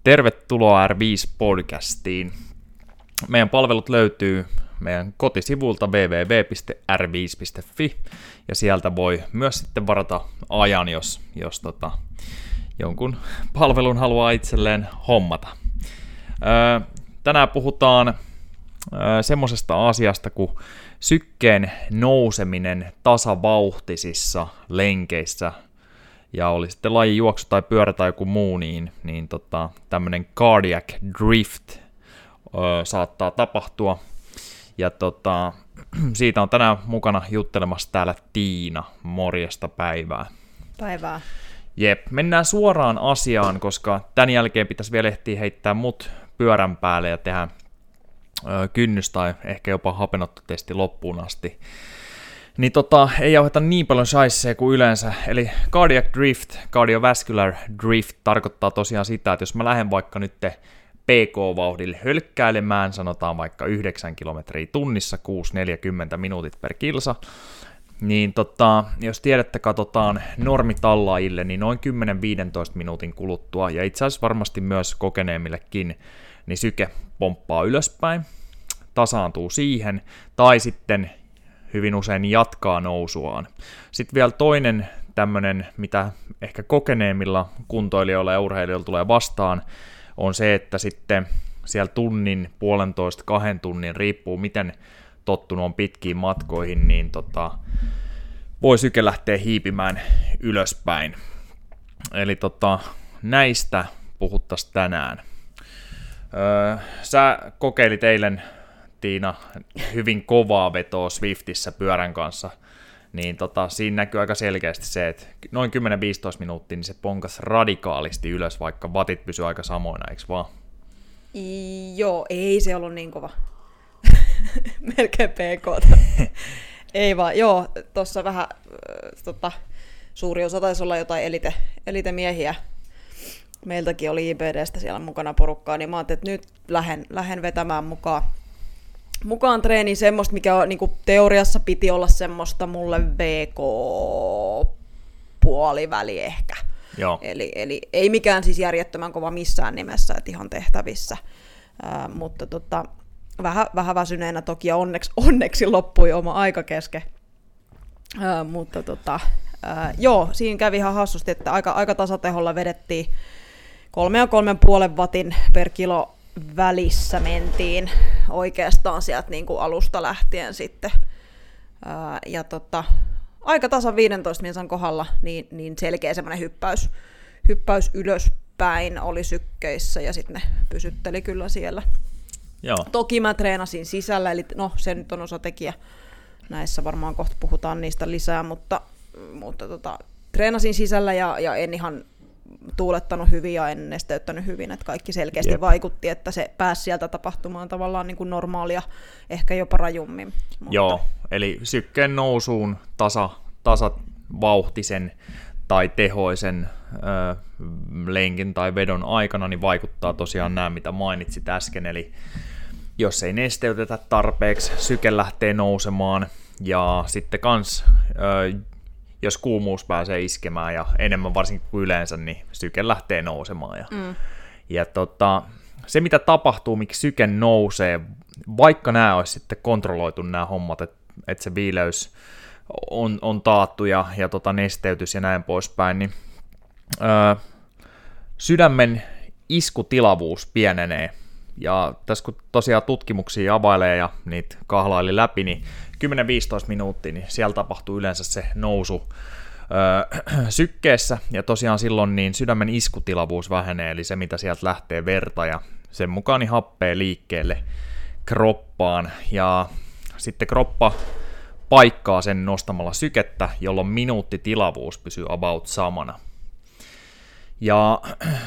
Tervetuloa R5-podcastiin. Meidän palvelut löytyy meidän kotisivulta www.r5.fi ja sieltä voi myös sitten varata ajan, jos jonkun palvelun haluaa itselleen hommata. Tänään puhutaan semmoisesta asiasta kuin sykkeen nouseminen tasavauhtisissa lenkeissä, ja oli sitten laji juoksu tai pyörä tai joku muu, niin tämmöinen cardiac drift saattaa tapahtua. Ja siitä on tänään mukana juttelemassa täällä Tiina. Morjesta päivää. Päivää. Jep, mennään suoraan asiaan, koska tämän jälkeen pitäisi vielä ehtiä heittää mut pyörän päälle ja tehdä kynnys tai ehkä jopa hapenottotesti loppuun asti. Niin ei jauheta niin paljon shaisseja kuin yleensä, eli cardiac drift, cardiovascular drift tarkoittaa tosiaan sitä, että jos mä lähden vaikka nyt PK-vauhdille hölkkäilemään, sanotaan vaikka 9 kilometriä tunnissa, 6-40 minuutit per kilsa, niin jos tiedettä katsotaan normitallaajille, niin noin 10-15 minuutin kuluttua, ja itse asiassa varmasti myös kokeneemmillekin, niin syke pomppaa ylöspäin, tasaantuu siihen, tai sitten hyvin usein jatkaa nousuaan. Sitten vielä toinen tämmöinen, mitä ehkä kokeneemmilla kuntoilijoilla ja urheilijoilla tulee vastaan, on se, että sitten siellä tunnin, 1,5–2 tunnin, riippuu miten tottunut on pitkiin matkoihin, niin voi syke lähteä hiipimään ylöspäin. Eli näistä puhuttaisiin tänään. Sä kokeilit eilen, Tiina, hyvin kovaa vetoa Swiftissä pyörän kanssa, niin siinä näkyy aika selkeästi se, että noin 10-15 minuuttia niin se ponkas radikaalisti ylös, vaikka watit pysyy aika samoina, eikö vaan? Joo, ei se ollut niin kova. Melkein PK. Ei vaan, joo, tuossa vähän suuri osa taisi olla jotain elitemiehiä. Meiltäkin oli IBDstä siellä mukana porukkaa, niin mä ajattelin, että nyt lähden vetämään mukaan treeniin semmoista, mikä on, niin kuin teoriassa piti olla semmoista mulle VK-puoliväli ehkä. Joo. Eli ei mikään siis järjettömän kova missään nimessä, että ihan tehtävissä. Mutta vähän väsyneenä toki, ja onneksi loppui oma aika kesken. Mutta joo, siinä kävi ihan hassusti, että aika tasateholla vedettiin 3 ja 3,5 watin per kilo välissä mentiin oikeastaan sieltä niin kuin alusta lähtien sitten. Ja aika tasan 15 minsan kohdalla niin selkeä semmoinen hyppäys ylöspäin oli sykkeissä, ja sitten ne pysytteli kyllä siellä. Joo. Toki mä treenasin sisällä, eli no se nyt on osatekijä. Näissä varmaan kohta puhutaan niistä lisää, mutta treenasin sisällä ja en ihan tuulettanut hyvin ja en nesteyttänyt hyvin, että kaikki selkeästi vaikutti, että se pääsi sieltä tapahtumaan tavallaan niin kuin normaalia, ehkä jopa rajummin. Mutta joo, eli sykkeen nousuun tasavauhtisen tai tehoisen lenkin tai vedon aikana niin vaikuttaa tosiaan nämä, mitä mainitsit äsken, eli jos ei nesteytetä tarpeeksi, syke lähtee nousemaan, ja sitten kans jos kuumuus pääsee iskemään ja enemmän varsinkin kuin yleensä, niin syke lähtee nousemaan. Ja se, mitä tapahtuu, miksi syke nousee, vaikka nämä olisi sitten kontrolloitu nämä hommat, että se viileys on taattu ja nesteytys ja näin poispäin, niin sydämen iskutilavuus pienenee. Ja tässä kun tosiaan tutkimuksia availee ja niitä kahlaili läpi, niin 10-15 minuuttia, niin siellä tapahtuu yleensä se nousu sykkeessä, ja tosiaan silloin niin sydämen iskutilavuus vähenee, eli se mitä sieltä lähtee verta, ja sen mukaan niin happea liikkeelle kroppaan, ja sitten kroppa paikkaa sen nostamalla sykettä, jolloin minuuttitilavuus pysyy about samana. Ja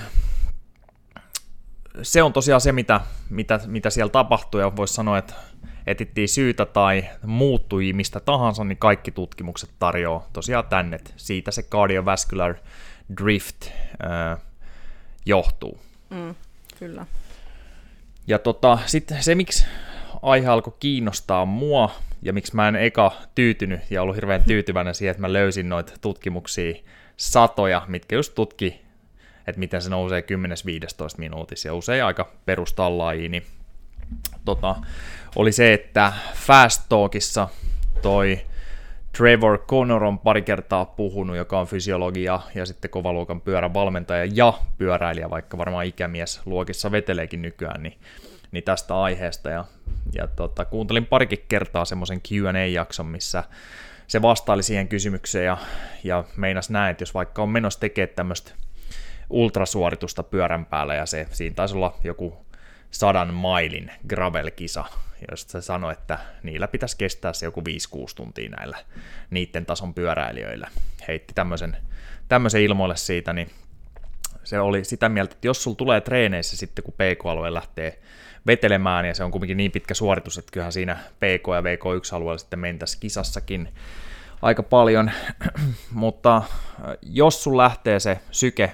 se on tosiaan se, mitä siellä tapahtuu, ja voisi sanoa, että etittiin syytä tai muuttui mistä tahansa, niin kaikki tutkimukset tarjoaa tosiaan tänne, että siitä se cardiovascular drift johtuu. Kyllä. Ja sitten se, miksi aihe alkoi kiinnostaa mua, ja miksi mä en eka tyytynyt ja ollut hirveän tyytyväinen siihen, että mä löysin noita tutkimuksia satoja, mitkä just tutki, että miten se nousee 10-15 minuutissa, ja usein aika perustallaajia, niin oli se, että Fast Talkissa toi Trevor Connor on pari kertaa puhunut, joka on fysiologia ja sitten kovaluokan pyörävalmentaja ja pyöräilijä, vaikka varmaan ikämies luokissa veteleekin nykyään, niin tästä aiheesta. Ja kuuntelin parikin kertaa semmoisen Q&A-jakson, missä se vastaili siihen kysymykseen ja meinasi näin, että jos vaikka on menossa tekemään tämmöistä ultrasuoritusta pyörän päällä ja siinä taisi olla joku 100 mailin gravel-kisa, josta se sanoi, että niillä pitäisi kestää se joku 5-6 tuntia näillä niiden tason pyöräilijöillä. Heitti tämmöisen ilmoille siitä, niin se oli sitä mieltä, että jos sulla tulee treeneissä sitten, kun PK-alue lähtee vetelemään, ja se on kuitenkin niin pitkä suoritus, että kyllähän siinä PK- ja VK1-alueella sitten mentäisiin kisassakin aika paljon, mutta jos sun lähtee se syke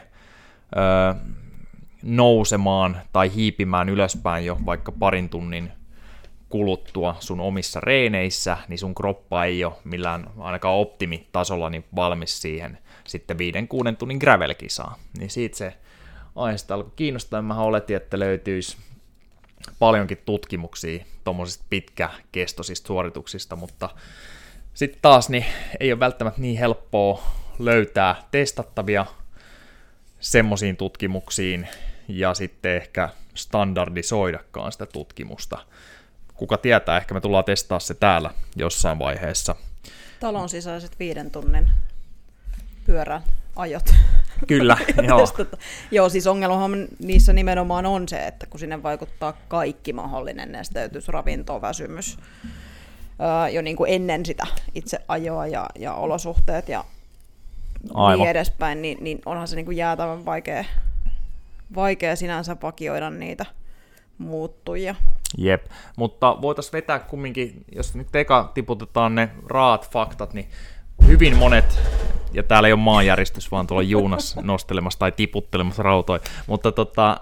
nousemaan tai hiipimään ylöspäin jo vaikka parin tunnin kuluttua sun omissa reeneissä, niin sun kroppa ei ole millään ainakaan optimitasolla niin valmis siihen sitten 5-6 tunnin gravel-kisaan. Niin siitä se aiheesta alkoi kiinnostaa, ja mä oletin, että löytyisi paljonkin tutkimuksia tuommoisista pitkäkestoisista suorituksista, mutta sitten taas niin ei ole välttämättä niin helppoa löytää testattavia semmoisiin tutkimuksiin ja sitten ehkä standardisoidakaan sitä tutkimusta. Kuka tietää, ehkä me tullaan testaa se täällä jossain vaiheessa. Talon sisäiset 5 tunnin pyöräajot. Kyllä, joo. Joo, siis ongelmahan niissä nimenomaan on se, että kun sinne vaikuttaa kaikki mahdollinen nesteytys, ravinto, väsymys, jo niin kuin ennen sitä itse ajoa ja olosuhteet ja niin edespäin, niin onhan se niin kuin jäätävän vaikea sinänsä vakioida niitä muuttujia. Jep, mutta voitaisiin vetää kumminkin, jos nyt eka tiputetaan ne raat faktat, niin hyvin monet, ja täällä ei ole maanjäristys, vaan tuolla Juunas nostelemassa tai tiputtelemassa rautoja, mutta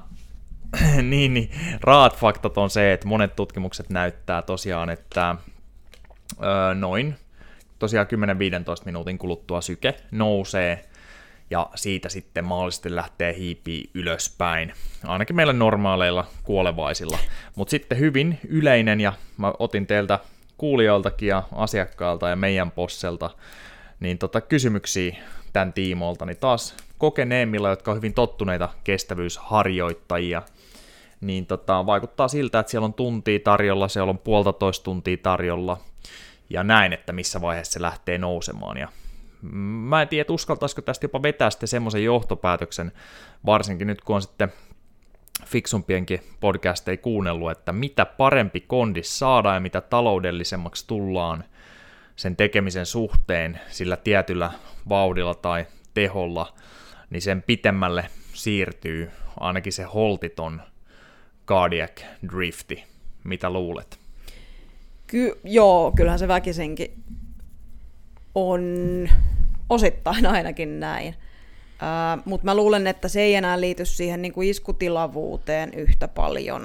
niin, raat faktat on se, että monet tutkimukset näyttää tosiaan, että noin tosiaan 10-15 minuutin kuluttua syke nousee, ja siitä sitten mahdollisesti lähtee hiipiä ylöspäin, ainakin meillä normaaleilla kuolevaisilla. Mutta sitten hyvin yleinen, ja mä otin teiltä kuulijoiltakin ja asiakkailta ja meidän posselta niin kysymyksiä tämän tiimoilta, niin taas kokeneemmilla, jotka on hyvin tottuneita kestävyysharjoittajia, niin vaikuttaa siltä, että siellä on tuntia tarjolla, siellä on 1,5 tuntia tarjolla, ja näin, että missä vaiheessa se lähtee nousemaan. Ja mä en tiedä, että uskaltaisiko tästä jopa vetää sitten semmoisen johtopäätöksen, varsinkin nyt kun on sitten fiksumpienkin podcasteja kuunnellut, että mitä parempi kondis saadaan ja mitä taloudellisemmaksi tullaan sen tekemisen suhteen sillä tietyllä vauhdilla tai teholla, niin sen pitemmälle siirtyy ainakin se holtiton cardiac drifti. Mitä luulet? Joo, kyllähän se väkisinkin on osittain ainakin näin. Mutta mä luulen, että se ei enää liity siihen niin kuin iskutilavuuteen yhtä paljon,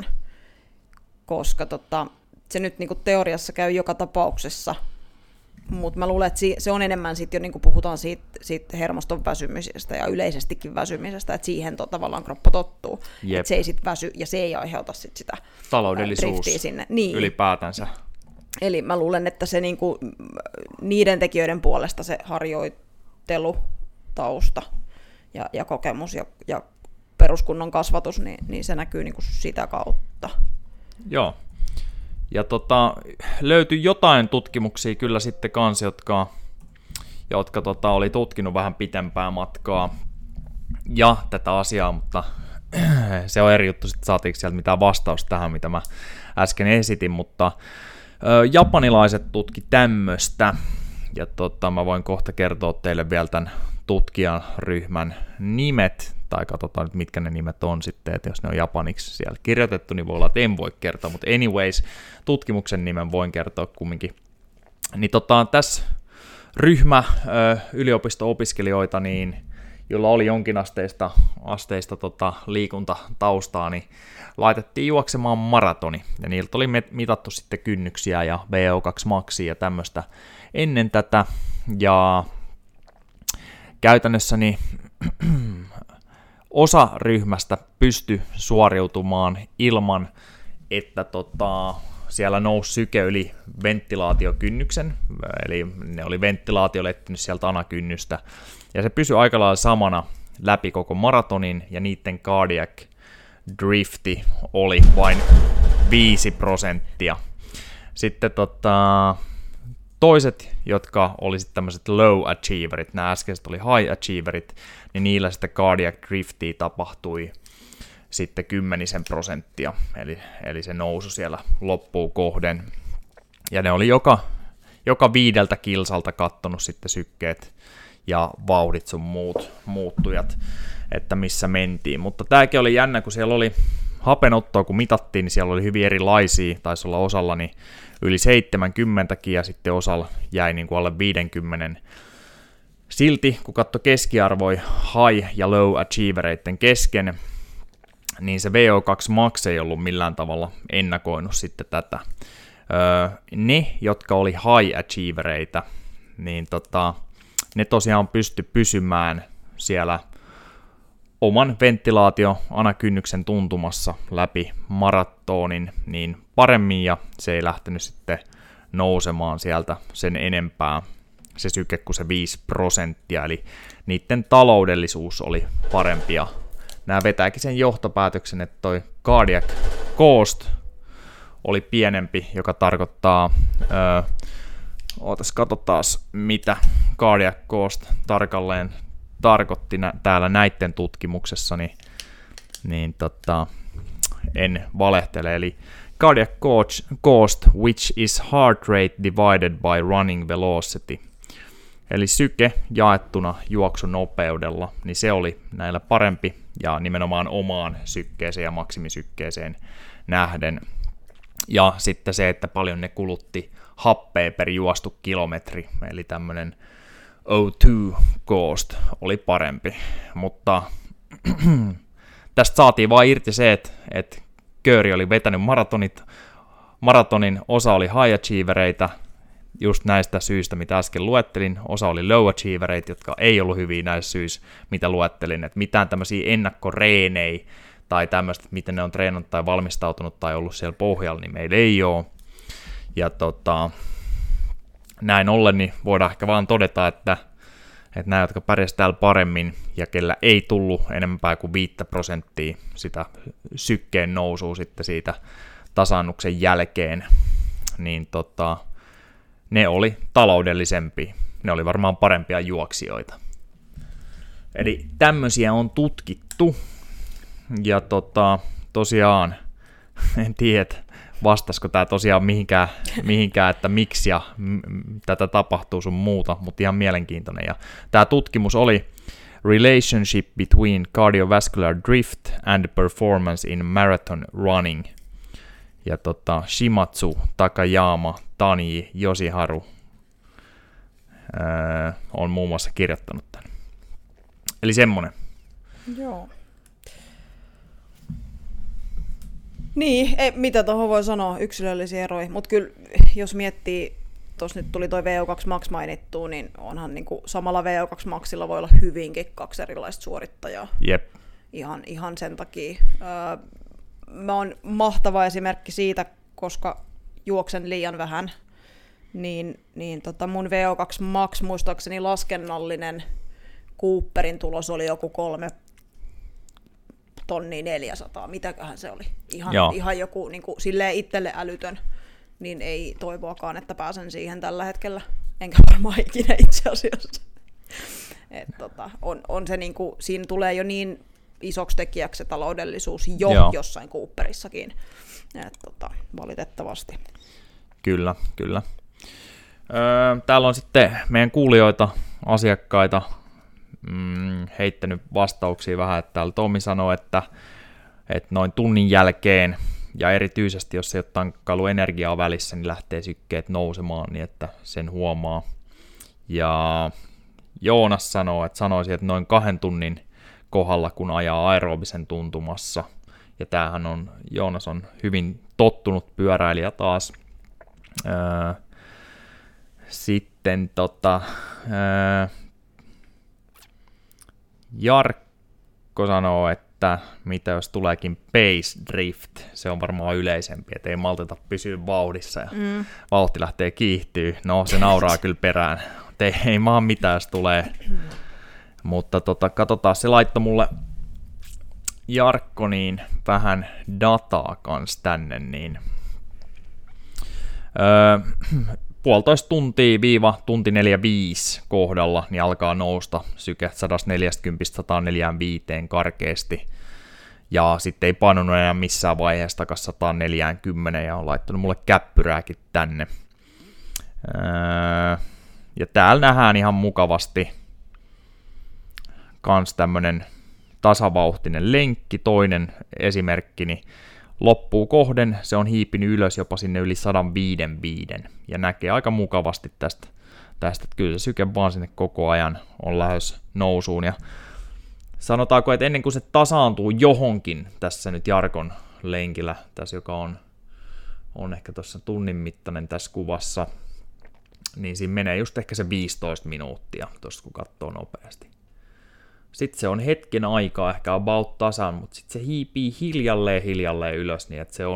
koska se nyt niin kuin teoriassa käy joka tapauksessa, mutta mä luulen, että se on enemmän sitten jo, niin kuin puhutaan siitä hermoston väsymisestä ja yleisestikin väsymisestä, että siihen tavallaan kroppa tottuu, että se ei sitten väsy ja se ei aiheuta sit sitä driftiä sinne. Niin. Ylipäätänsä. Eli mä luulen, että se niinku, niiden tekijöiden puolesta se harjoittelutausta ja kokemus ja peruskunnon kasvatus, niin se näkyy niinku sitä kautta. Joo. Ja löytyi jotain tutkimuksia kyllä sitten kans, jotka oli tutkinut vähän pitempää matkaa ja tätä asiaa, mutta se on eri juttu, sitten saatiinko sieltä mitään vastausta tähän, mitä mä äsken esitin, mutta japanilaiset tutki tämmöistä, ja mä voin kohta kertoa teille vielä tämän tutkijaryhmän nimet, tai katsotaan nyt mitkä ne nimet on sitten, että jos ne on japaniksi siellä kirjoitettu, niin voi olla, että en voi kertoa, mutta anyways, tutkimuksen nimen voin kertoa kumminkin. Niin tässä ryhmä yliopisto-opiskelijoita, niin jolla oli asteista liikuntataustaa, niin laitettiin juoksemaan maratoni, ja niiltä oli mitattu sitten kynnyksiä ja VO2maxia ja tämmöistä ennen tätä, ja käytännössä niin osa ryhmästä pystyi suoriutumaan ilman, että siellä nousi syke yli ventilaatiokynnyksen, eli ne oli ventilaatio lettynyt sieltä anakynnystä, ja se pysyi aika lailla samana läpi koko maratonin, ja niiden cardiac drifti oli vain 5%. Sitten toiset, jotka oli sitten tämmöiset low achieverit, nämä äskeiset oli high achieverit, niin niillä sitä cardiac driftia tapahtui sitten 10%, eli se nousu siellä loppuun kohden. Ja ne oli joka 5 kilsalta kattonut sitten sykkeet ja vauhdit sun muut muuttujat, että missä mentiin. Mutta tämäkin oli jännä, kun siellä oli hapenottoa, kun mitattiin, niin siellä oli hyvin erilaisia, taisi olla osalla niin yli 70 ja sitten osalla jäi niin kuin alle 50. Silti, kun katsoi keskiarvoi high ja low achievereiden kesken, niin se VO2 max ei ollut millään tavalla ennakoinut sitten tätä. Ne, jotka oli high achievereitä, niin ne tosiaan pysty pysymään siellä oman ventilaatio-anakynnyksen tuntumassa läpi maratonin niin paremmin, ja se ei lähtenyt sitten nousemaan sieltä sen enempää se syke kuin se 5%, eli niiden taloudellisuus oli parempi, ja nämä vetääkin sen johtopäätöksen, että toi cardiac cost oli pienempi, joka tarkoittaa, katsotaan mitä cardiac cost tarkalleen tarkoitti täällä näiden tutkimuksessa, niin en valehtele, eli cardiac cost, which is heart rate divided by running velocity, eli syke jaettuna juoksunopeudella, niin se oli näillä parempi, ja nimenomaan omaan sykkeeseen ja maksimisykkeeseen nähden. Ja sitten se, että paljon ne kulutti happea per juostu kilometri, eli tämmöinen O2 cost oli parempi. Mutta tästä saatiin vaan irti se, että Kööri oli vetänyt maratonin, osa oli high achievereita, just näistä syistä, mitä äsken luettelin, osa oli low achievereita, jotka ei ollut hyviä näissä syistä, mitä luettelin, että mitään tämmöisiä ennakkoreenejä tai tämmöistä, miten ne on treenannut tai valmistautunut tai ollut siellä pohjalla, niin meillä ei ole. Ja näin ollen niin voidaan ehkä vaan todeta, että nämä, jotka pärjäsivät täällä paremmin ja kellä ei tullut enempää kuin 5% sitä sykkeen nousua sitten siitä tasannuksen jälkeen, niin ne oli taloudellisempia. Ne oli varmaan parempia juoksijoita. Eli tämmöisiä on tutkittu. Ja tosiaan, en tiedä, vastasiko tämä tosiaan mihinkään, että miksi ja tätä tapahtuu sun muuta, mutta ihan mielenkiintoinen. Ja tämä tutkimus oli Relationship between cardiovascular drift and performance in marathon running. Ja Shimatsu, Takayama, Tanji, Yoshiharu on muun muassa kirjoittanut tämän. Eli semmonen. Joo. Niin, mitä tuohon voi sanoa, yksilöllisiä eroja, mutta kyllä jos miettii, tuossa nyt tuli toi VO2 Max mainittua, niin onhan niinku samalla VO2 Maxilla voi olla hyvinkin 2 erilaista suorittajaa. Jep. Ihan sen takia. Mä oon mahtava esimerkki siitä, koska juoksen liian vähän, niin mun VO2 Max muistaakseni laskennallinen Cooperin tulos oli joku 3,400, mitäköhän se oli. Ihan joku niin kuin, silleen itselle älytön, niin ei toivoakaan, että pääsen siihen tällä hetkellä. Enkä varmaan ikinä itse asiassa. On se niin kuin, siinä tulee jo niin isoksi tekijäksi se taloudellisuus jossain Cooperissakin. Valitettavasti. Kyllä. Täällä on sitten meidän kuulijoita, asiakkaita, heittänyt vastauksia vähän, että täällä Tomi sanoi, että noin tunnin jälkeen, ja erityisesti jos ei ole tankkailu energiaa välissä, niin lähtee sykkeet nousemaan, niin että sen huomaa. Ja Joonas sanoo, että sanoisi, että noin 2 tunnin kohdalla, kun ajaa aerobisen tuntumassa, ja tämähän on, Joonas on hyvin tottunut pyöräilijä taas. Sitten Mikko sanoo, että mitä jos tuleekin pace drift, se on varmaan yleisempi, että ei malteta pysyä vauhdissa ja vauhti lähtee kiihtyy. No, se nauraa kyllä perään. Ei maa mitään, jos tulee. Mutta katsotaan, se laittoi mulle Jarkko niin vähän dataa kans tänne, niin 1,5 tuntia viiva tunti 45 kohdalla, niin alkaa nousta syke 140-145 karkeasti. Ja sitten ei painunut enää missään vaiheessa takaisin 140 ja on laittanut mulle käppyrääkin tänne. Ja täällä nähdään ihan mukavasti kans tämmönen tasavauhtinen lenkki, toinen esimerkki, niin loppuu kohden, se on hiipinyt ylös jopa sinne yli 105 ja näkee aika mukavasti tästä että kyllä se syke vaan sinne koko ajan on lähes nousuun ja sanotaanko, että ennen kuin se tasaantuu johonkin tässä nyt Jarkon lenkillä, tässä joka on ehkä tuossa tunnin mittainen tässä kuvassa, niin siinä menee just ehkä se 15 minuuttia tuosta kun katsoo nopeasti. Sitten se on hetken aikaa ehkä about tasan, mutta sitten se hiipii hiljalleen ylös, niin että se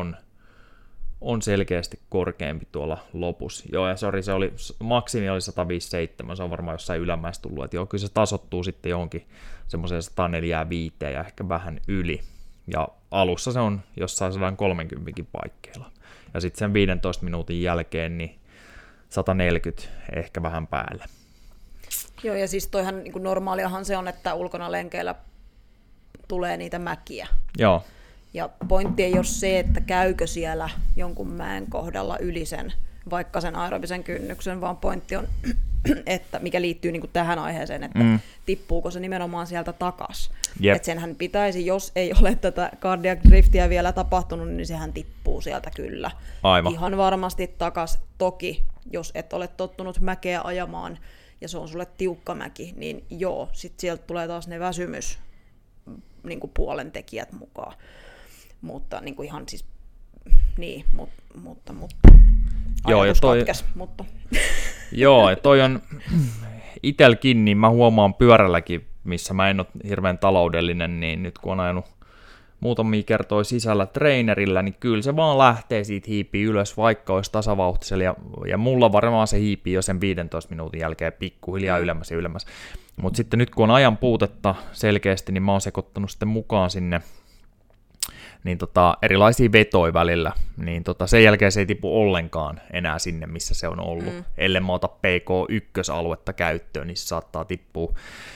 on selkeästi korkeampi tuolla lopussa. Joo, ja sori, se oli, maksimi oli 157, se on varmaan jossain ylämäessä tullut, että joo, kyllä se tasottuu sitten johonkin semmoiseen 145 ja ehkä vähän yli. Ja alussa se on jossain 130 paikkeilla. Ja sitten sen 15 minuutin jälkeen niin 140 ehkä vähän päälle. Joo, ja siis toihan niin kuin normaaliahan se on, että ulkona lenkeillä tulee niitä mäkiä. Joo. Ja pointti ei ole se, että käykö siellä jonkun mäen kohdalla yli sen, vaikka sen aerobisen kynnyksen, vaan pointti on, että mikä liittyy niin kuin tähän aiheeseen, että tippuuko se nimenomaan sieltä takas. Että senhän pitäisi, jos ei ole tätä cardiac driftiä vielä tapahtunut, niin sehän tippuu sieltä kyllä. Aivan. Ihan varmasti takas. Toki, jos et ole tottunut mäkeä ajamaan, ja se on sulle tiukka mäki, niin joo, sitten sieltä tulee taas ne väsymys niin kuin puolen tekijät mukaan. Mutta niin kuin ihan siis, niin, mutta joo, ja toi, katkes, mutta. Joo, ja toi on itelläkin, niin mä huomaan pyörälläkin, missä mä en ole hirveän taloudellinen, niin nyt kun on ajanut muutamia kertoja sisällä trainerillä, niin kyllä se vaan lähtee siitä hiipii ylös, vaikka olisi tasavauhtisella, ja mulla varmaan se hiipii jo sen 15 minuutin jälkeen pikkuhiljaa ylemmäs ja ylemmäs. Mutta sitten nyt kun on ajan puutetta selkeästi, niin mä oon sekoittanut sitten mukaan sinne niin erilaisia vetoja välillä, niin sen jälkeen se ei tipu ollenkaan enää sinne, missä se on ollut. Ellei mä ota PK1-aluetta käyttöön, niin se saattaa tippua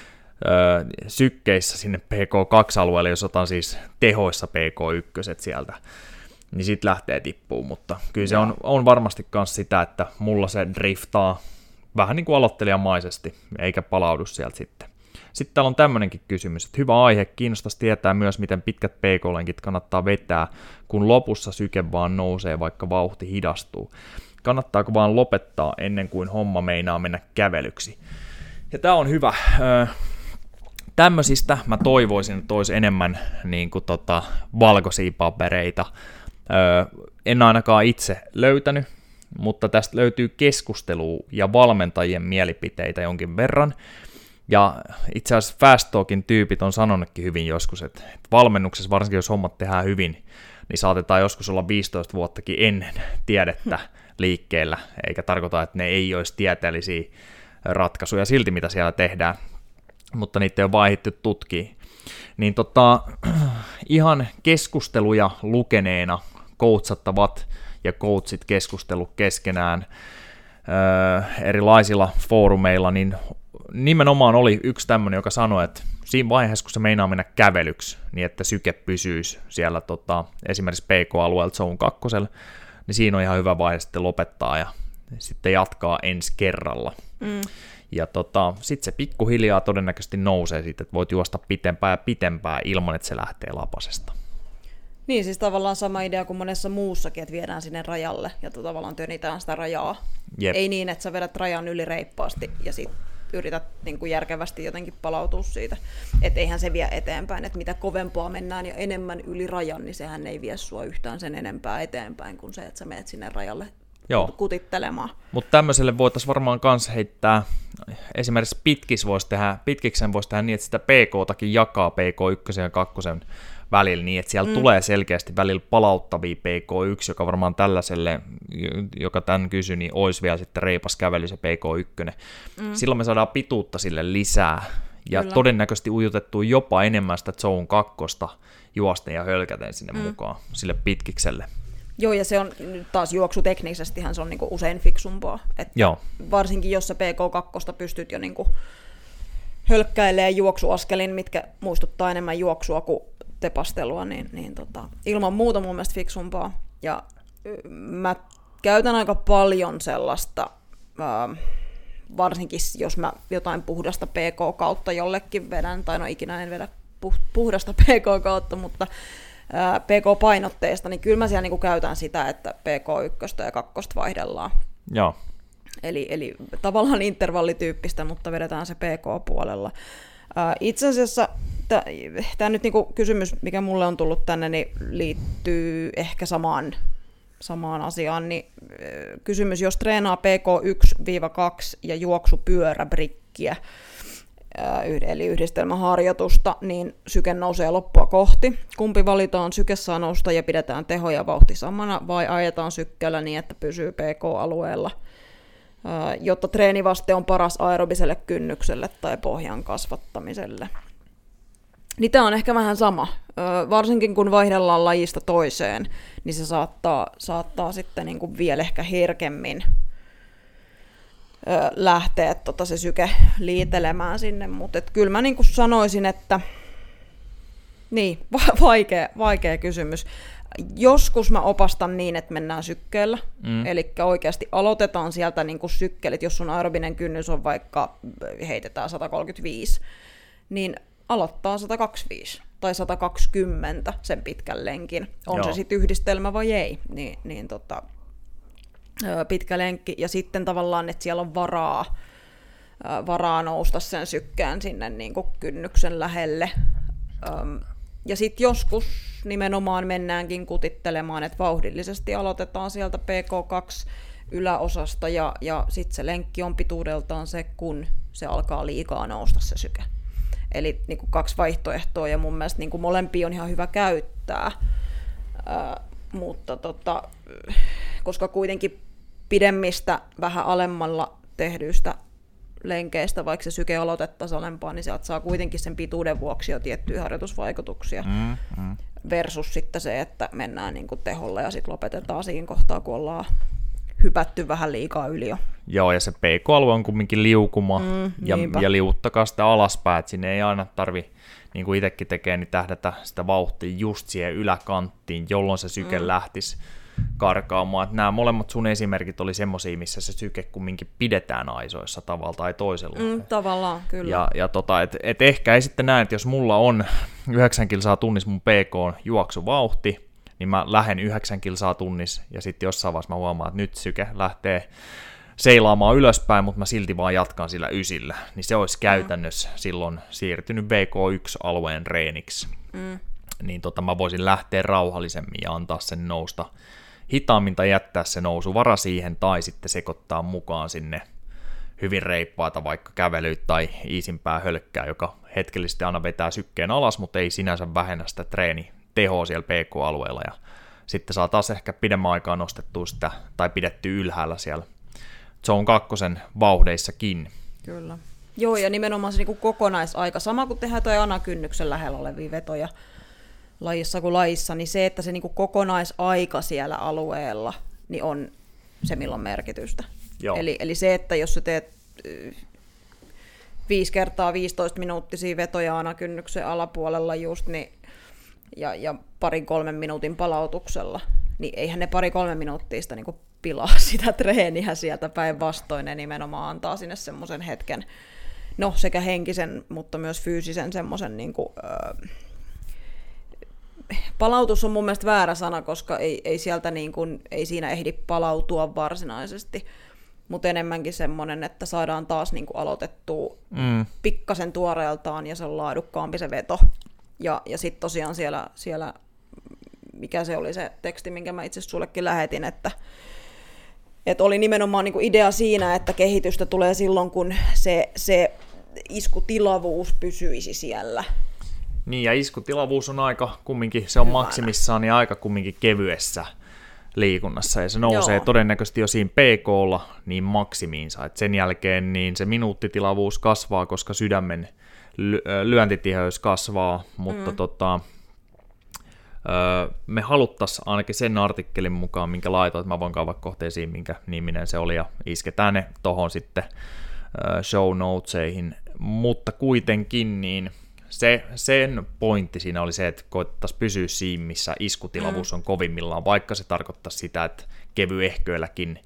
sykkeissä sinne PK2-alueelle, jos otan siis tehoissa PK1 sieltä, niin sit lähtee tippuun, mutta kyllä se on varmasti myös sitä, että mulla se driftaa vähän niin kuin aloittelijamaisesti, eikä palaudu sieltä sitten. Sitten täällä on tämmöinenkin kysymys, että hyvä aihe, kiinnostaisi tietää myös, miten pitkät PK-lenkit kannattaa vetää, kun lopussa syke vaan nousee, vaikka vauhti hidastuu. Kannattaako vaan lopettaa ennen kuin homma meinaa mennä kävelyksi? Ja tää on hyvä. Tämmöisistä mä toivoisin, että olisi enemmän niin kuin valkoisia papereita. En ainakaan itse löytänyt, mutta tästä löytyy keskustelua ja valmentajien mielipiteitä jonkin verran. Ja itse asiassa Fast Talkin tyypit on sanonutkin hyvin joskus, että valmennuksessa, varsinkin jos hommat tehdään hyvin, niin saatetaan joskus olla 15 vuottakin ennen tiedettä liikkeellä, eikä tarkoita, että ne ei olisi tieteellisiä ratkaisuja silti, mitä siellä tehdään, mutta niitä ei ole vaihittu tutkia. Niin ihan keskusteluja lukeneena coachattavat ja coachit keskustellut keskenään erilaisilla foorumeilla, niin nimenomaan oli yksi tämmöinen, joka sanoi, että siinä vaiheessa, kun se meinaa mennä kävelyksi, niin että syke pysyisi siellä esimerkiksi PK-alueella Zone 2, niin siinä on ihan hyvä vaihe sitten lopettaa ja sitten jatkaa ensi kerralla. Ja sitten se pikkuhiljaa todennäköisesti nousee siitä, että voit juosta pitempään ja pitempään ilman, että se lähtee lapasesta. Niin, siis tavallaan sama idea kuin monessa muussakin, että viedään sinne rajalle ja tavallaan työnnitään sitä rajaa. Jep. Ei niin, että sä vedät rajan yli reippaasti ja sitten yrität niin kuin järkevästi jotenkin palautua siitä. Että eihän se vie eteenpäin, että mitä kovempaa mennään ja enemmän yli rajan, niin sehän ei vie sua yhtään sen enempää eteenpäin kuin se, että sä menet sinne rajalle kutittelemaan. Mutta tämmöiselle voitaisiin varmaan kanssa heittää, esimerkiksi pitkiksen voisi tehdä niin, että sitä PK-takin jakaa PK1 ja 2 välillä niin, että siellä tulee selkeästi välillä palauttavia PK1, joka varmaan tällaiselle, joka tämän kysyi, niin olisi vielä sitten reipas kävely se PK1. Silloin me saadaan pituutta sille lisää ja todennäköisesti ujutettua jopa enemmän sitä zone 2 juosten ja hölkäten sinne mukaan sille pitkikselle. Joo, ja se on taas juoksuteknisestihan se on niinku usein fiksumpaa. Että varsinkin jos sä PK2 pystyt jo niinku hölkkäilemään juoksuaskelin, mitkä muistuttaa enemmän juoksua kuin tepastelua, niin ilman muuta mun mielestä fiksumpaa. Ja mä käytän aika paljon sellaista, varsinkin jos mä jotain puhdasta PK-kautta jollekin vedän, tai no ikinä en vedä puhdasta PK-kautta, mutta PK-painotteista, niin kyllä mä siellä niinku käytän sitä, että PK1 ja 2 vaihdellaan. Joo. Eli tavallaan intervallityyppistä, mutta vedetään se PK-puolella. Itse asiassa tämä nyt niinku kysymys, mikä mulle on tullut tänne, niin liittyy ehkä samaan asiaan. Niin kysymys, jos treenaa PK1-2 ja juoksupyöräbrikkiä, eli yhdistelmäharjoitusta, niin syke nousee loppua kohti. Kumpi valitaan, syke saa nousta ja pidetään teho ja vauhti samana, vai ajetaan sykkeellä niin, että pysyy PK-alueella, jotta treenivaste on paras aerobiselle kynnykselle tai pohjan kasvattamiselle. Niin tämä on ehkä vähän sama. Varsinkin kun vaihdellaan lajista toiseen, niin se saattaa sitten niin kuin vielä ehkä herkemmin lähteä se syke liitelemään sinne, mutta kyllä mä niin kuin sanoisin, että niin, vaikea kysymys. Joskus mä opastan niin, että mennään sykkeellä, eli oikeasti aloitetaan sieltä niin kuin sykkelit, jos sun aerobinen kynnys on vaikka, heitetään 135, niin aloittaa 125 tai 120 sen pitkän lenkin, on se sitten yhdistelmä vai ei, niin pitkä lenkki, ja sitten tavallaan, että siellä on varaa nousta sen sykkään sinne niin kuin kynnyksen lähelle. Ja sitten joskus nimenomaan mennäänkin kutittelemaan, että vauhdillisesti aloitetaan sieltä PK2 yläosasta, ja sitten se lenkki on pituudeltaan se, kun se alkaa liikaa nousta se syke. Eli niin kuin 2 vaihtoehtoa, ja mun mielestä niin kuin molempia on ihan hyvä käyttää, mutta koska kuitenkin pidemmistä, vähän alemmalla tehdyistä lenkeistä, vaikka se syke aloitettaisiin alempaa, niin sieltä saa kuitenkin sen pituuden vuoksi jo tiettyjä harjoitusvaikutuksia. Versus sitten se, että mennään niin kuin teholla ja sitten lopetetaan siinä kohtaa, kun ollaan hypätty vähän liikaa yli jo. Joo, ja se PK-alue on kumminkin liukuma, ja liuuttakaa sitä alaspäin, että sinne ei aina tarvi, niin kuin itsekin tekee, niin tähdätä sitä vauhtia just siihen yläkanttiin, jolloin se syke lähtisi karkaamaan. Että nämä molemmat sun esimerkit oli semmosia, missä se syke kumminkin pidetään aisoissa tavalla tai toisella. Tavallaan, kyllä. Ja et ehkä ei sitten näe, että jos mulla on 9 kilsaa tunnissa mun PK-juoksuvauhti, niin mä lähden 9 kilsaa tunnissa, ja sitten jossain vaiheessa mä huomaan, että nyt syke lähtee seilaamaan ylöspäin, mutta mä silti vaan jatkan sillä ysillä. Niin se olisi käytännössä silloin siirtynyt VK1-alueen reeniksi. Niin mä voisin lähteä rauhallisemmin ja antaa sen nousta hitaammin tai jättää se nousuvara siihen, tai sitten sekoittaa mukaan sinne hyvin reippaata vaikka kävelyä tai iisimpää hölkkää, joka hetkellisesti aina vetää sykkeen alas, mutta ei sinänsä vähennä sitä treenitehoa siellä PK-alueella, ja sitten saa taas ehkä pidemmän aikaa nostettua sitä tai pidetty ylhäällä siellä zone 2 vauhdeissakin. Kyllä. Joo, ja nimenomaan se niin kokonaisaika, sama kuin tehdään toi anakynnyksen lähellä olevia vetoja lajissa kuin lajissa, niin se, että se niin kokonaisaika siellä alueella niin on se, millä on merkitystä. Eli se, että jos sä teet 5 kertaa 15 minuuttisia vetoja anakynnyksen alapuolella just, niin, ja 2-3 minuutin palautuksella, niin eihän ne 2-3 minuuttia sitä niin pilaa sitä treeniä sieltä päinvastoin, ne nimenomaan antaa sinne semmoisen hetken, no sekä henkisen, mutta myös fyysisen semmoisen niin kuin, palautus on mun mielestä väärä sana, koska ei sieltä niin kuin, ei siinä ehdi palautua varsinaisesti, mutta enemmänkin semmoinen, että saadaan taas niin kuin aloitettua pikkasen tuoreeltaan ja se on laadukkaampi se veto. Ja sitten tosiaan siellä, mikä se oli se teksti, minkä mä itse sullekin lähetin, että Et oli nimenomaan niin kuin idea siinä, että kehitystä tulee silloin, kun se iskutilavuus pysyisi siellä. Niin, ja iskutilavuus on aika kumminkin, se on maksimissaan ja aika kumminkin kevyessä liikunnassa, ja se nousee todennäköisesti jo siinä PK:lla niin maksimiinsa, että sen jälkeen niin se minuuttitilavuus kasvaa, koska sydämen lyöntitiheys kasvaa, mutta me haluttaisiin ainakin sen artikkelin mukaan, minkä laitoit, mä voin kaivaa kohteisiin, minkä niminen se oli, ja isketään ne tohon sitten show notesihin, mutta kuitenkin niin sen pointti siinä oli se, että koettaisiin pysyä siinä, missä iskutilavuus on kovimmillaan, vaikka se tarkoittaa sitä, että kevyehköilläkin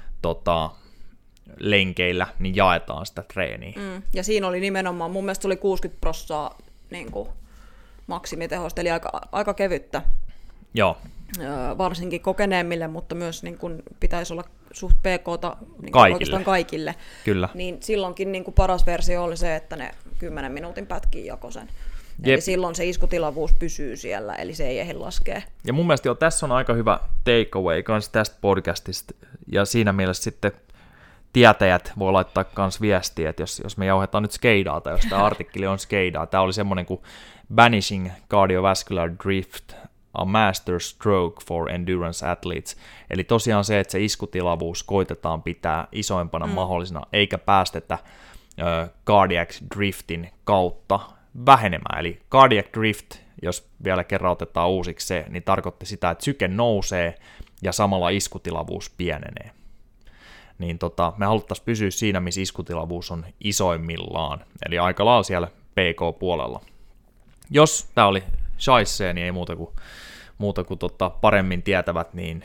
lenkeillä niin jaetaan sitä treeniä. Ja siinä oli nimenomaan, mun mielestä oli 60% niin kuin maksimitehosta, eli aika kevyttä. Joo. Varsinkin kokeneemmille, mutta myös niin kuin pitäisi olla suht PK:ta niin oikeastaan kaikille. Kyllä. Niin silloinkin niin kuin paras versio oli se, että ne 10 minuutin pätkiin jakoi sen. Eli silloin se iskutilavuus pysyy siellä, eli se ei ehdi laskea. Ja mun mielestä tässä on aika hyvä takeaway kanssa tästä podcastista, ja siinä mielessä sitten tietäjät voi laittaa myös viestiä, että jos me jauhetaan nyt skeidaa, tai jos tämä artikkeli on skeidaa, tämä oli semmoinen kuin Banishing Cardiovascular Drift, a master stroke for endurance athletes. Eli tosiaan se, että se iskutilavuus koitetaan pitää isoimpana mahdollisena, eikä päästetä cardiac driftin kautta vähenemään. Eli cardiac drift, jos vielä kerran otetaan uusiksi se, niin tarkoitti sitä, että syke nousee ja samalla iskutilavuus pienenee. Niin me haluttaisiin pysyä siinä, missä iskutilavuus on isoimmillaan, eli aika lailla siellä PK-puolella. Jos tämä oli shaissee, niin ei muuta kuin paremmin tietävät, niin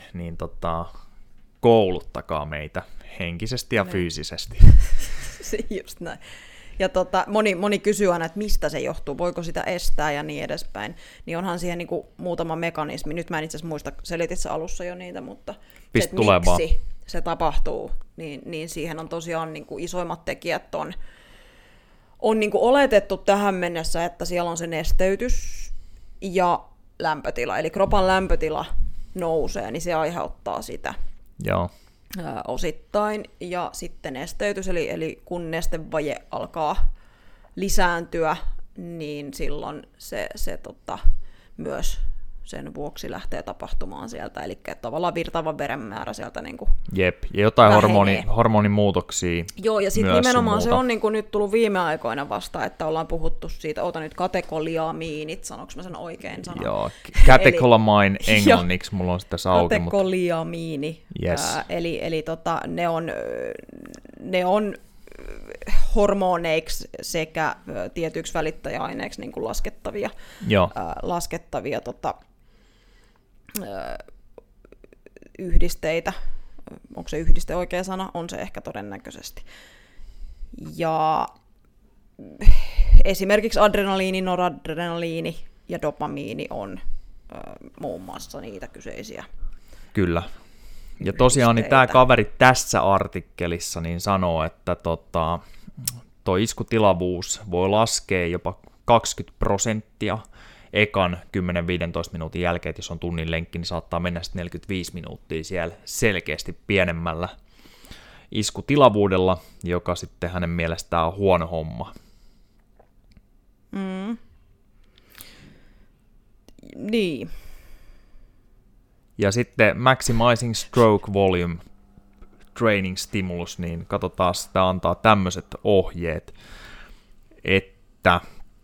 kouluttakaa meitä henkisesti ja fyysisesti. Just näin. Ja moni kysyy aina, että mistä se johtuu, voiko sitä estää ja niin edespäin. Niin onhan siihen niin kuin muutama mekanismi. Nyt mä en itse asiassa muista, selitit sä alussa jo niitä, mutta se, että miksi se tapahtuu, niin siihen on tosiaan niin kuin isoimmat tekijät on niin kuin oletettu tähän mennessä, että siellä on se nesteytys ja lämpötila. Eli kropan lämpötila nousee, niin se aiheuttaa sitä. Joo. Osittain, ja sitten nesteytys, eli kun nestevaje alkaa lisääntyä, niin silloin se myös sen vuoksi lähtee tapahtumaan sieltä, eli tavallaan virtaavan veren määrä sieltä niin kuin jep, ja jotain hormonimuutoksia. Joo, ja sitten nimenomaan se on niin kuin nyt tullut viime aikoina vasta, että ollaan puhuttu siitä, nyt katekoliamiinit, sanoinko mä sen oikein sanon? Joo, catecholamine englanniksi, mulla on sitä auki. Katekoliamiini, yes. eli ne on hormoneiksi sekä tietyiksi välittäjäaineiksi niin kuin laskettavia yhdisteitä. Onko se yhdiste oikea sana? On se ehkä todennäköisesti. Ja esimerkiksi adrenaliini, noradrenaliini ja dopamiini on muun muassa niitä kyseisiä. Kyllä. Ja tosiaan niin tämä kaveri tässä artikkelissa niin sanoo, että tuo iskutilavuus voi laskea jopa 20% ekan 10-15 minuutin jälkeen, että jos on tunnin lenkki, niin saattaa mennä sitten 45 minuuttia siellä selkeästi pienemmällä iskutilavuudella, joka sitten hänen mielestään on huono homma. Niin. Ja sitten Maximizing Stroke Volume Training Stimulus, niin katsotaan, sitä antaa tämmöiset ohjeet, että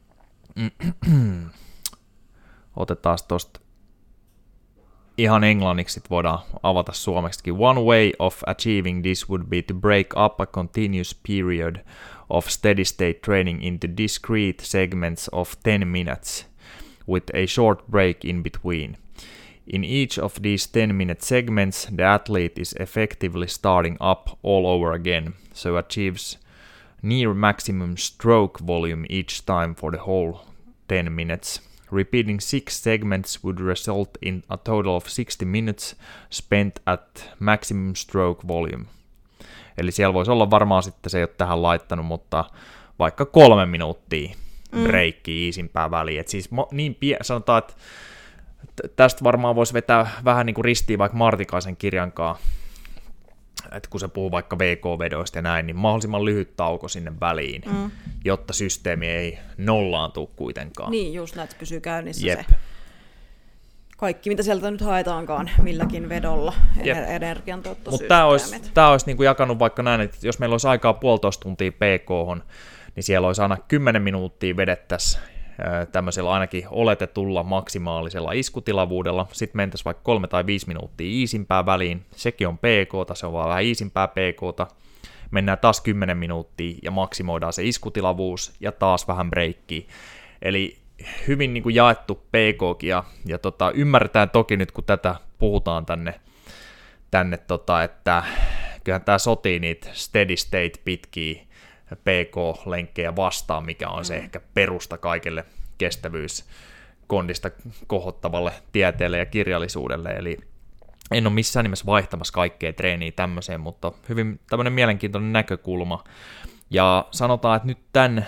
otetaan tuosta ihan englanniksi, voidaan avata suomeksikin. One way of achieving this would be to break up a continuous period of steady state training into discrete segments of 10 minutes with a short break in between. In each of these 10-minute segments, the athlete is effectively starting up all over again, so achieves near maximum stroke volume each time for the whole 10 minutes. Repeating 6 segments would result in a total of 60 minutes spent at maximum stroke volume. Eli siellä voisi olla varmaan sitten, se ei ole tähän laittanut, mutta vaikka 3 minuuttia breikkiä iisimpää väliin. Et siis sanotaan, että tästä varmaan voisi vetää vähän niin kuin ristiin vaikka Martikaisen kirjankaan että kun se puhuu vaikka VK-vedoista ja näin, niin mahdollisimman lyhyt tauko sinne väliin, jotta systeemi ei nollaantu kuitenkaan. Niin, just näin, että pysyy käynnissä Jep. se kaikki, mitä sieltä nyt haetaankaan milläkin vedolla, energiantuottosysteemit. Mutta tämä olisi niin kuin jakanut vaikka näin, että jos meillä olisi aikaa 1,5 tuntia PK-hon, niin siellä olisi aina 10 minuuttia vedettäisiin tämmöisellä ainakin oletetulla maksimaalisella iskutilavuudella, sitten mentäisiin vaikka 3 tai 5 minuuttia iisimpää väliin, sekin on PK-ta, se on vaan vähän iisimpää PK-ta, mennään taas 10 minuuttia ja maksimoidaan se iskutilavuus ja taas vähän breikkiä, eli hyvin niin kuin jaettu PK-kin ja ymmärretään toki nyt kun tätä puhutaan tänne että kyllähän tämä sotii niitä steady state pitkiä PK-lenkkejä vastaan, mikä on se ehkä perusta kaikelle kestävyyskondista kohottavalle tieteelle ja kirjallisuudelle, eli en ole missään nimessä vaihtamassa kaikkea treeniä tämmöiseen, mutta hyvin tämmöinen mielenkiintoinen näkökulma, ja sanotaan, että nyt tämän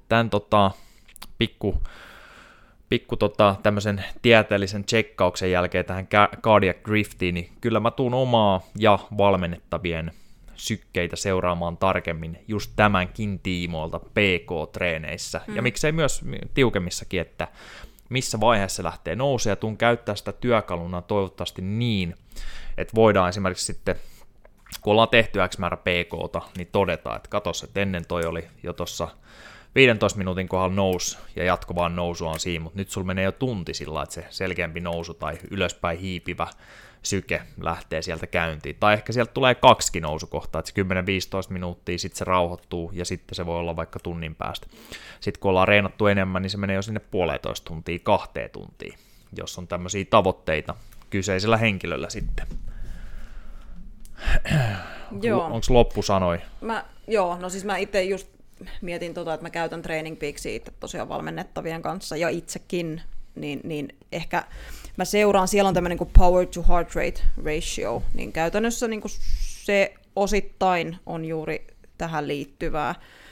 pikku tämmöisen tieteellisen tsekkauksen jälkeen tähän cardiac driftiin, niin kyllä mä tuun omaa ja valmennettavien sykkeitä seuraamaan tarkemmin just tämänkin tiimoilta PK-treeneissä, ja miksei myös tiukemmissakin, että missä vaiheessa se lähtee nousemaan, ja tuun käyttää sitä työkaluna toivottavasti niin, että voidaan esimerkiksi sitten, kun ollaan tehty X määrä PK:ta, niin todetaan, että katos, että ennen toi oli jo tuossa 15 minuutin kohdalla nousi, ja jatkuvaan nousua on siinä, mutta nyt sulla menee jo tunti sillä, että se selkeämpi nousu tai ylöspäin hiipivä syke lähtee sieltä käyntiin. Tai ehkä sieltä tulee 2 nousukohtaa, että se 10-15 minuuttia, sitten se rauhoittuu, ja sitten se voi olla vaikka tunnin päästä. Sitten kun ollaan reenattu enemmän, niin se menee jo sinne 1,5 tuntia, 2 tuntia, jos on tämmöisiä tavoitteita kyseisellä henkilöllä sitten. Onko loppusanoi? No siis mä itse just mietin että mä käytän Training Peaksia itse tosiaan valmennettavien kanssa ja itsekin, niin ehkä mä seuraan, siellä on tämmöinen kuin power to heart rate ratio, niin käytännössä niin kuin se osittain on juuri tähän liittyvää.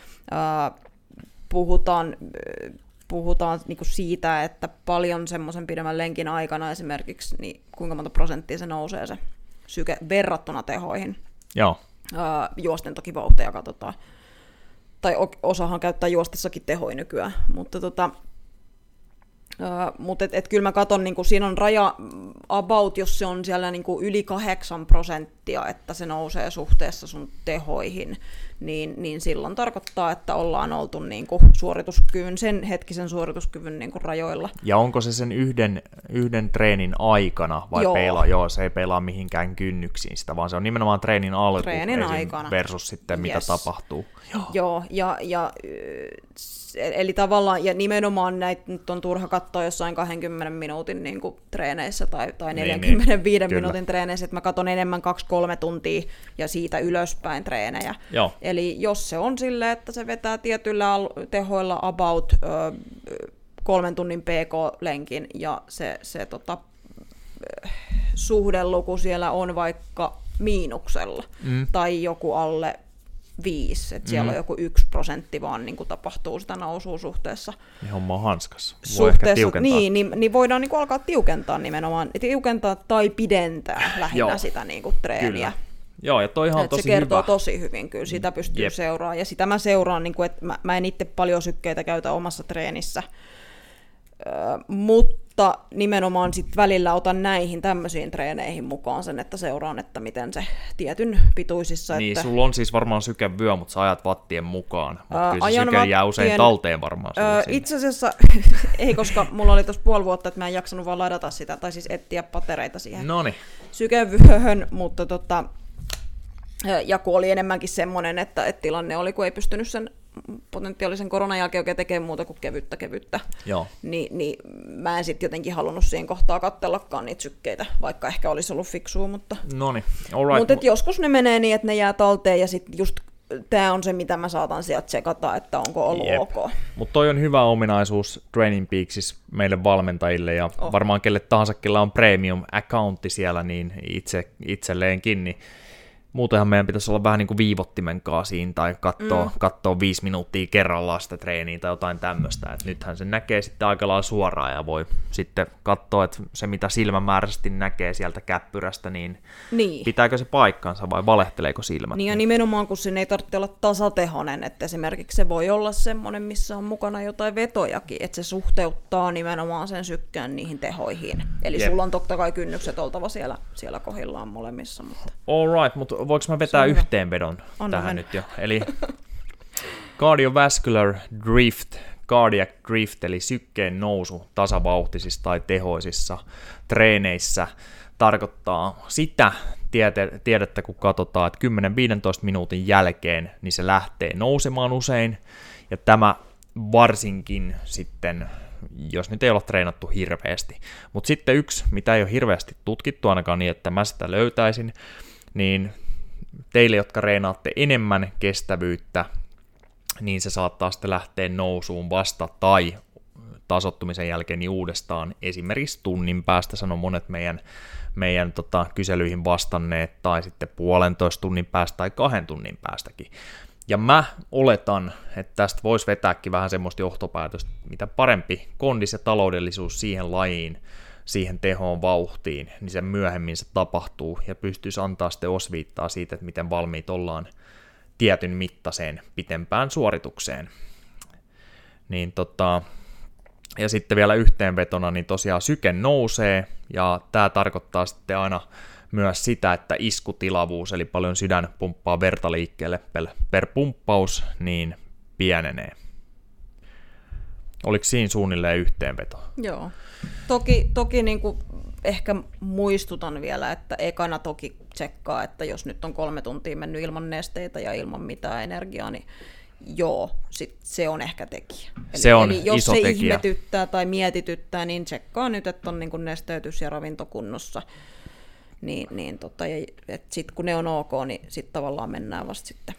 Puhutaan niin kuin siitä, että paljon semmoisen pidemmän lenkin aikana esimerkiksi, niin kuinka monta prosenttia se nousee se syke verrattuna tehoihin. Joo. Juosten toki vauhteja katsotaan. Tai osahan käyttää juostessakin tehoja nykyään, mutta kyllä mä katson, niin siinä on raja about, jos se on siellä niin yli 8%, että se nousee suhteessa sun tehoihin, niin silloin tarkoittaa, että ollaan oltu niin suorituskyvyn, sen hetkisen suorituskyvyn niin rajoilla. Ja onko se sen yhden treenin aikana vai se ei peilaa mihinkään kynnyksiin sitä, vaan se on nimenomaan treenin alku aikana versus sitten mitä tapahtuu. Joo, eli tavallaan, ja nimenomaan näitä nyt on turha katsoa jossain 20 minuutin niin kuin treeneissä tai 45 minuutin treeneissä, että mä katson enemmän 2-3 tuntia ja siitä ylöspäin treenejä. Joo. Eli jos se on silleen, että se vetää tietyillä tehoilla about 3 tunnin PK-lenkin ja se suhdeluku siellä on vaikka miinuksella tai joku alle 5, että siellä on joku 1% vaan niin kuin tapahtuu sitä nousua suhteessa. Niin homma on hanskassa. Voi ehkä tiukentaa. Niin voidaan niin kuin alkaa tiukentaa nimenomaan, tiukentaa tai pidentää lähinnä sitä niin kuin treeniä. Kyllä. Joo, ja toihan on tosi se kertoo hyvä. Tosi hyvin, kyllä sitä pystyy seuraamaan. Ja sitä mä seuraan, niin kuin, että mä en itse paljon sykkeitä käytä omassa treenissä, mutta nimenomaan sit välillä otan näihin tämmöisiin treeneihin mukaan sen, että seuraan, että miten se tietyn pituisissa. Niin, että sulla on siis varmaan sykevyö, mutta sä ajat wattien mukaan, mutta kyllä se syke jää usein talteen varmaan. Itse asiassa ei, koska mulla oli tuossa 5 vuotta, että mä en jaksanut vaan ladata sitä, tai siis etsiä patereita siihen sykevyöhön, mutta ja kun oli enemmänkin semmoinen, että tilanne oli, kun ei pystynyt sen potentiaalisen koronan jälkeen oikein tekemään muuta kuin kevyttä. Joo. Niin mä en sitten jotenkin halunnut siihen kohtaa katsellakaan niitä sykkeitä, vaikka ehkä olisi ollut fiksua, mutta alright. Mutta joskus ne menee niin, että ne jää talteen, ja sitten just tämä on se, mitä mä saatan sieltä tsekata, että onko ollut ok. Mutta toi on hyvä ominaisuus Training Peaksissä meille valmentajille, ja varmaan kelle tahansa, kellä on premium accountti siellä, niin itselleenkin, Muutenhan meidän pitäisi olla vähän niin kuin viivottimen kanssa siinä, tai katsoa 5 minuuttia kerrallaan sitä treeniä tai jotain tämmöistä. Et nythän se näkee sitten aika lailla suoraan ja voi sitten katsoa, että se mitä silmämääräisesti näkee sieltä käppyrästä, niin pitääkö se paikkansa vai valehteleeko silmät? Niin ja nimenomaan, kun siinä ei tarvitse olla tasatehoinen, että esimerkiksi se voi olla semmoinen, missä on mukana jotain vetojakin, että se suhteuttaa nimenomaan sen sykkeen niihin tehoihin. Eli sulla on totta kai kynnykset oltava siellä kohdillaan molemmissa. Mutta... All right, mutta voinko mä vetää yhteenvedon tähän nyt jo? Eli cardiovascular drift, cardiac drift, eli sykkeen nousu tasavauhtisissa tai tehoisissa treeneissä tarkoittaa sitä tiedettä, kun katsotaan, että 10-15 minuutin jälkeen niin se lähtee nousemaan usein, ja tämä varsinkin sitten, jos nyt ei olla treenattu hirveästi. Mutta sitten yksi, mitä ei ole hirveästi tutkittu ainakaan niin, että mä sitä löytäisin, niin teille, jotka reenaatte enemmän kestävyyttä, niin se saattaa sitten lähteä nousuun vasta tai tasoittumisen jälkeen niin uudestaan esimerkiksi tunnin päästä, sanoo monet meidän kyselyihin vastanneet, tai sitten 1,5 tunnin päästä tai 2 tunnin päästäkin. Ja mä oletan, että tästä voisi vetääkin vähän semmoista johtopäätöstä, mitä parempi kondis ja taloudellisuus siihen lajiin, siihen tehoon vauhtiin, niin sen myöhemmin se tapahtuu ja pystyisi antaa sitten osviittaa siitä, että miten valmiit ollaan tietyn mittaiseen pitempään suoritukseen. Niin ja sitten vielä yhteenvetona, niin tosiaan syke nousee, ja tämä tarkoittaa sitten aina myös sitä, että iskutilavuus, eli paljon sydän pumppaa verta liikkeelle per pumppaus, niin pienenee. Oliko siinä suunnilleen yhteenveto? Joo. Toki niin kuin ehkä muistutan vielä, että ekana toki tsekkaa, että jos nyt on 3 tuntia mennyt ilman nesteitä ja ilman mitään energiaa, niin joo, se on ehkä tekijä. Eli jos iso se tekijä. Ihmetyttää tai mietityttää, niin tsekkaa nyt, että on niin kuin nesteytys ja ravintokunnossa. Sitten kun ne on ok, niin sitten tavallaan mennään vasta sitten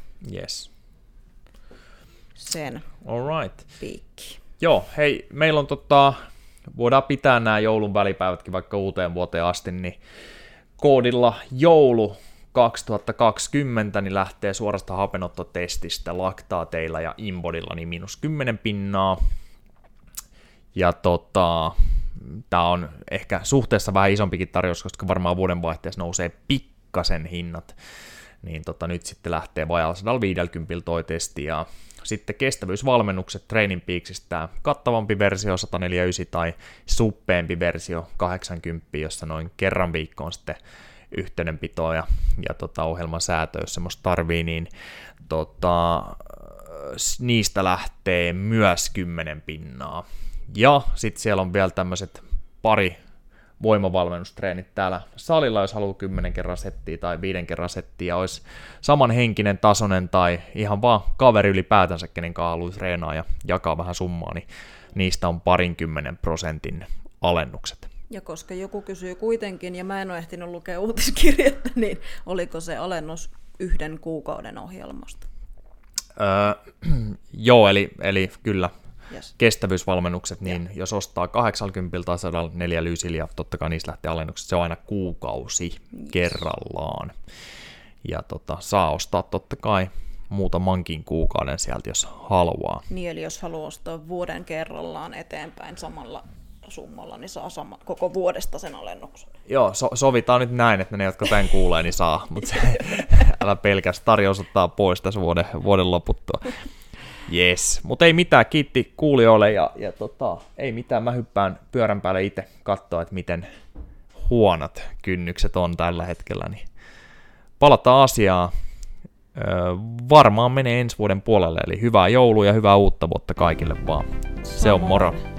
sen piikkiin. Joo, hei, meillä on voidaan pitää nämä joulun välipäivätkin vaikka uuteen vuoteen asti, niin koodilla joulu 2020 niin lähtee suorasta hapenottotestistä laktaateilla ja inbodylla niin -10 %. Ja tämä on ehkä suhteessa vähän isompikin tarjous, koska varmaan vuodenvaihteessa nousee pikkasen hinnat. Niin nyt sitten lähtee vajaalla 150 toi testi, ja sitten kestävyysvalmennukset Training Peaksistä, kattavampi versio 149 tai suppeempi versio 80, jossa noin kerran viikkoon sitten yhteydenpitoa ja ohjelman säätö, jos semmoista tarvii, niin niistä lähtee myös 10 %. Ja sitten siellä on vielä tämmöiset pari voimavalmennustreenit täällä salilla, jos haluaa 10 kerran settiä tai 5 kerran settiä, olisi samanhenkinen tasoinen tai ihan vaan kaveri ylipäätänsä, kenen kanssa haluaisi treenaa ja jakaa vähän summaa, niin niistä on 20% alennukset. Ja koska joku kysyy kuitenkin, ja mä en ole ehtinyt lukea uutiskirjettä, niin oliko se alennus 1 kuukauden ohjelmasta? Joo, eli kyllä. Yes. Kestävyysvalmennukset, niin jos ostaa 80 tai 104 lyysillä, totta kai niistä lähtee alennukset, se on aina kuukausi kerrallaan. Ja saa ostaa totta kai muutamankin kuukauden sieltä, jos haluaa. Niin, eli jos haluaa ostaa vuoden kerrallaan eteenpäin samalla summalla, niin saa koko vuodesta sen alennuksen. Joo, sovitaan nyt näin, että ne, jotka tämän kuulee, niin saa, mutta älä pelkästään tarjous ottaa pois tässä vuoden loputtua. Jes, mutta ei mitään, kiitti kuulijoille ja ei mitään, mä hyppään pyörän päälle itse katsoa, että miten huonot kynnykset on tällä hetkellä, niin palataan asiaan. Varmaan menee ensi vuoden puolelle, eli hyvää joulua ja hyvää uutta vuotta kaikille vaan. Se on moro.